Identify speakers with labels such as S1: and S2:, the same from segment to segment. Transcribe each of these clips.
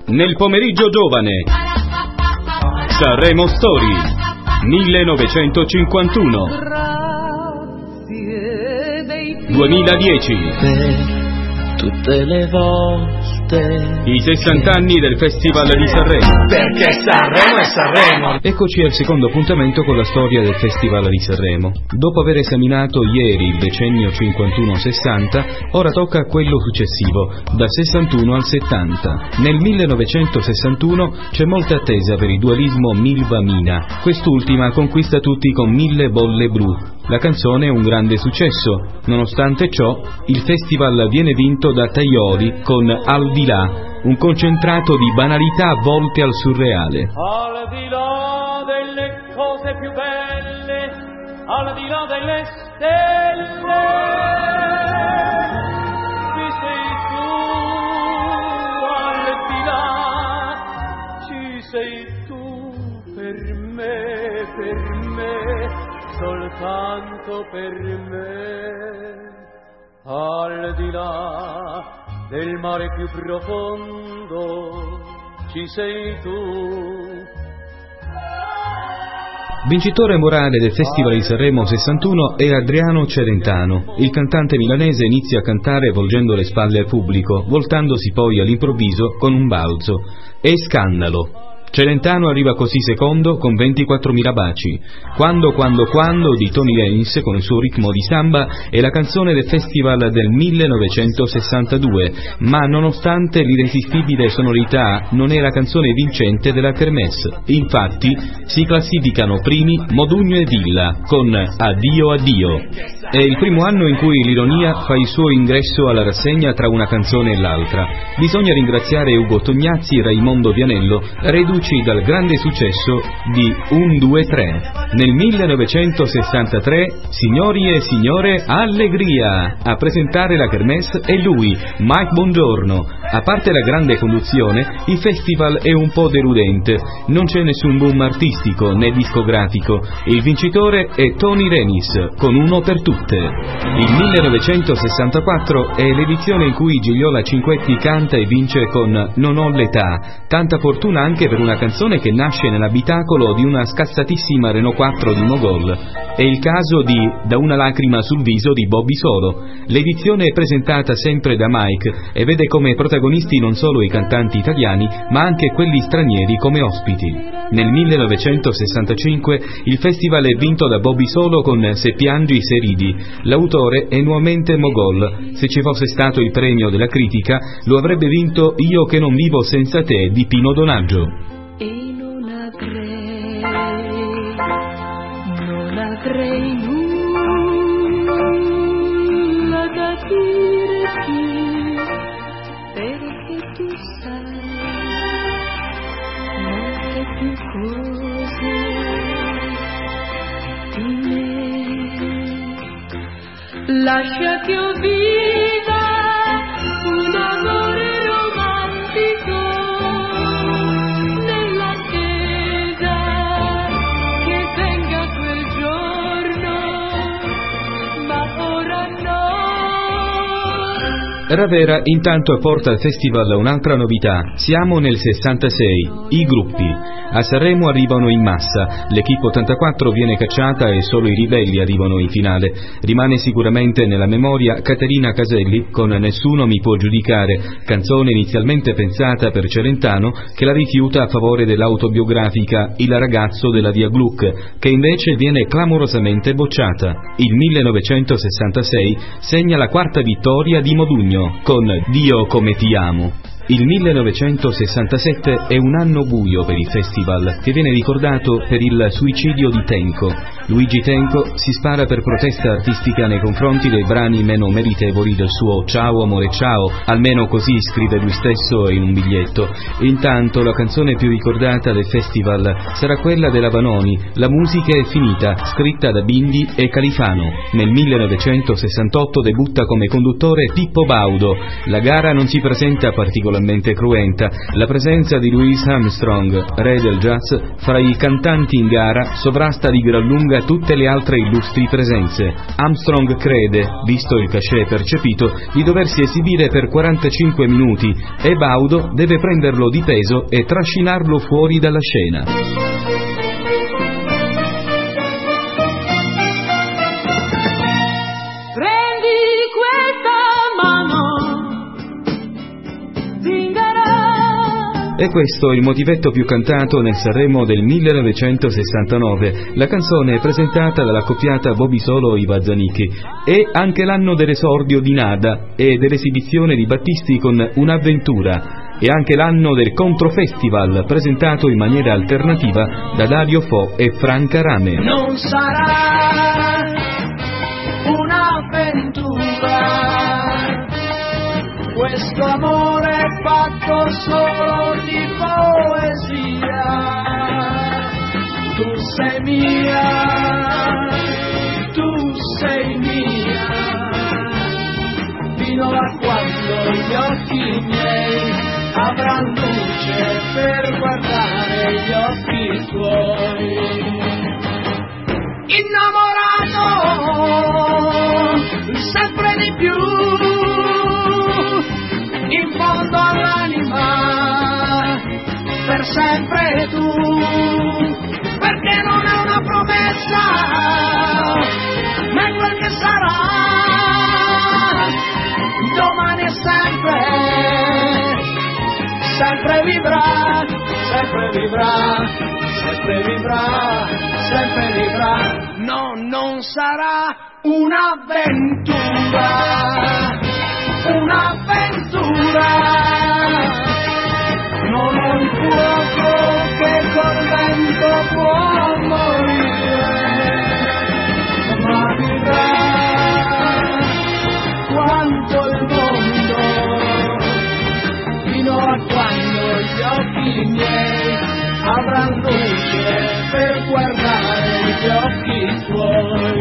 S1: Nel pomeriggio giovane, Sanremo Story 1951 2010.
S2: Tutte le volte
S1: I 60 anni del Festival di Sanremo.
S2: Perché Sanremo è Sanremo.
S1: Eccoci al secondo appuntamento con la storia del Festival di Sanremo. Dopo aver esaminato ieri il decennio 51-60, ora tocca quello successivo, dal 61 al 70. Nel 1961 c'è molta attesa per il dualismo Milva-Mina. Quest'ultima conquista tutti con 1000 bolle blu. La canzone è un grande successo. Nonostante ciò, il festival viene vinto da Tajori con Al di là, un concentrato di banalità volte al surreale.
S3: Al di là delle cose più belle, al di là delle stelle, ci sei tu, al di là, ci sei tu per me, soltanto per me, al di là del mare più profondo, ci sei tu.
S1: Vincitore morale del Festival di Sanremo 61 è Adriano Celentano. Il cantante milanese inizia a cantare volgendo le spalle al pubblico, voltandosi poi all'improvviso con un balzo. È scandalo. Celentano arriva così secondo con 24.000 baci. Quando di Tony Lenz con il suo ritmo di samba è la canzone del festival del 1962, ma nonostante l'irresistibile sonorità non è la canzone vincente della Kermesse. Infatti si classificano primi Modugno e Villa con Addio Addio. È il primo anno in cui l'ironia fa il suo ingresso alla rassegna tra una canzone e l'altra. Bisogna ringraziare Ugo Tognazzi e Raimondo Vianello, reduci dal grande successo di 1, 2, 3. Nel 1963, signori e signore, allegria! A presentare la Kermesse è lui, Mike Bongiorno. A parte la grande conduzione, il festival è un po' deludente. Non c'è nessun boom artistico né discografico. Il vincitore è Tony Renis, con Uno per tutte. Il 1964 è l'edizione in cui Gigliola Cinquetti canta e vince con Non ho l'età. Tanta fortuna anche per una canzone che nasce nell'abitacolo di una scassatissima Renault 4 di Mogol. È il caso di Da una lacrima sul viso di Bobby Solo. L'edizione è presentata sempre da Mike e vede come protagonisti non solo i cantanti italiani, ma anche quelli stranieri come ospiti. Nel 1965 il festival è vinto da Bobby Solo con Se piangi se ridi. L'autore è nuovamente Mogol. Se ci fosse stato il premio della critica, lo avrebbe vinto Io che non vivo senza te di Pino Donaggio.
S4: E non avrei nulla da dirti, perché tu sai molte più cose di me. Lascia che io viva un amore romantico,
S1: Ravera intanto apporta al festival un'altra novità. Siamo nel 66, i gruppi. A Sanremo arrivano in massa, l'Equipe 84 viene cacciata e solo i ribelli arrivano in finale. Rimane sicuramente nella memoria Caterina Caselli con Nessuno mi può giudicare, canzone inizialmente pensata per Celentano che la rifiuta a favore dell'autobiografica Il ragazzo della via Gluck, che invece viene clamorosamente bocciata. Il 1966 segna la quarta vittoria di Modugno con Dio come ti amo. Il 1967 è un anno buio per il festival, che viene ricordato per il suicidio di Tenco. Luigi Tenco si spara per protesta artistica nei confronti dei brani meno meritevoli del suo Ciao amore ciao, almeno così scrive lui stesso in un biglietto. Intanto la canzone più ricordata del festival sarà quella della Vanoni, La musica è finita, scritta da Bindi e Califano. Nel 1968 debutta come conduttore Pippo Baudo. La gara non si presenta particolarmente particolarmente cruenta, la presenza di Louis Armstrong, re del jazz, fra i cantanti in gara sovrasta di gran lunga tutte le altre illustri presenze. Armstrong crede, visto il cachet percepito, di doversi esibire per 45 minuti e Baudo deve prenderlo di peso e trascinarlo fuori dalla scena. E questo il motivetto più cantato nel Sanremo del 1969. La canzone è presentata dall'accoppiata Bobby Solo-Iva Zanicchi. È anche l'anno dell'esordio di Nada e dell'esibizione di Battisti con Un'avventura. È anche l'anno del Controfestival, presentato in maniera alternativa da Dario Fo e Franca Rame.
S2: Non sarà un'avventura, questo amore è fatto solo di poesia. Tu sei mia, fino a quando gli occhi miei avranno luce per guardare gli occhi tuoi. Innamorato sempre di più, in fondo all'anima, per sempre tu, perché non è una promessa, ma è quel che sarà, domani e sempre, sempre vivrà, sempre vivrà, sempre vivrà, sempre vivrà. No, non sarà un'avventura, un'avventura, non ho un fuoco che col vento può morire, ma vivrà quanto il mondo, fino a quando gli occhi miei avranno luce per guardare gli occhi tuoi.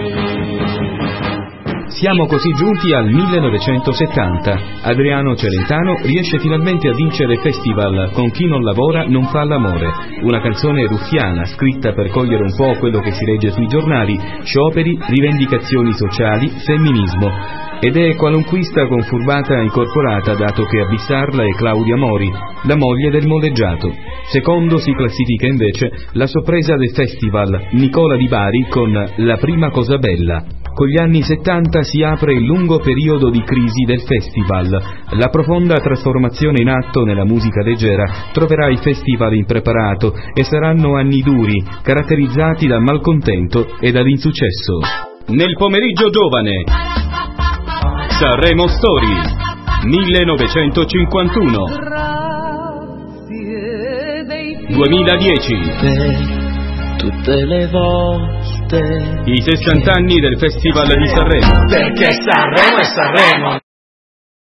S1: Siamo così giunti al 1970. Adriano Celentano riesce finalmente a vincere festival con Chi non lavora non fa l'amore, una canzone ruffiana scritta per cogliere un po' quello che si legge sui giornali: scioperi, rivendicazioni sociali, femminismo. Ed è qualunquista con furbata incorporata, dato che a bissarla è Claudia Mori, la moglie del molleggiato. Secondo si classifica invece la sorpresa del festival, Nicola Di Bari con La prima cosa bella. Con gli anni 70 si apre il lungo periodo di crisi del festival. La profonda trasformazione in atto nella musica leggera troverà il festival impreparato e saranno anni duri, caratterizzati dal malcontento e dall'insuccesso. Nel pomeriggio giovane, Sanremo Story 1951 2010,
S2: tutte le volte
S1: i 60 anni del Festival di Sanremo.
S2: Perché Sanremo è Sanremo.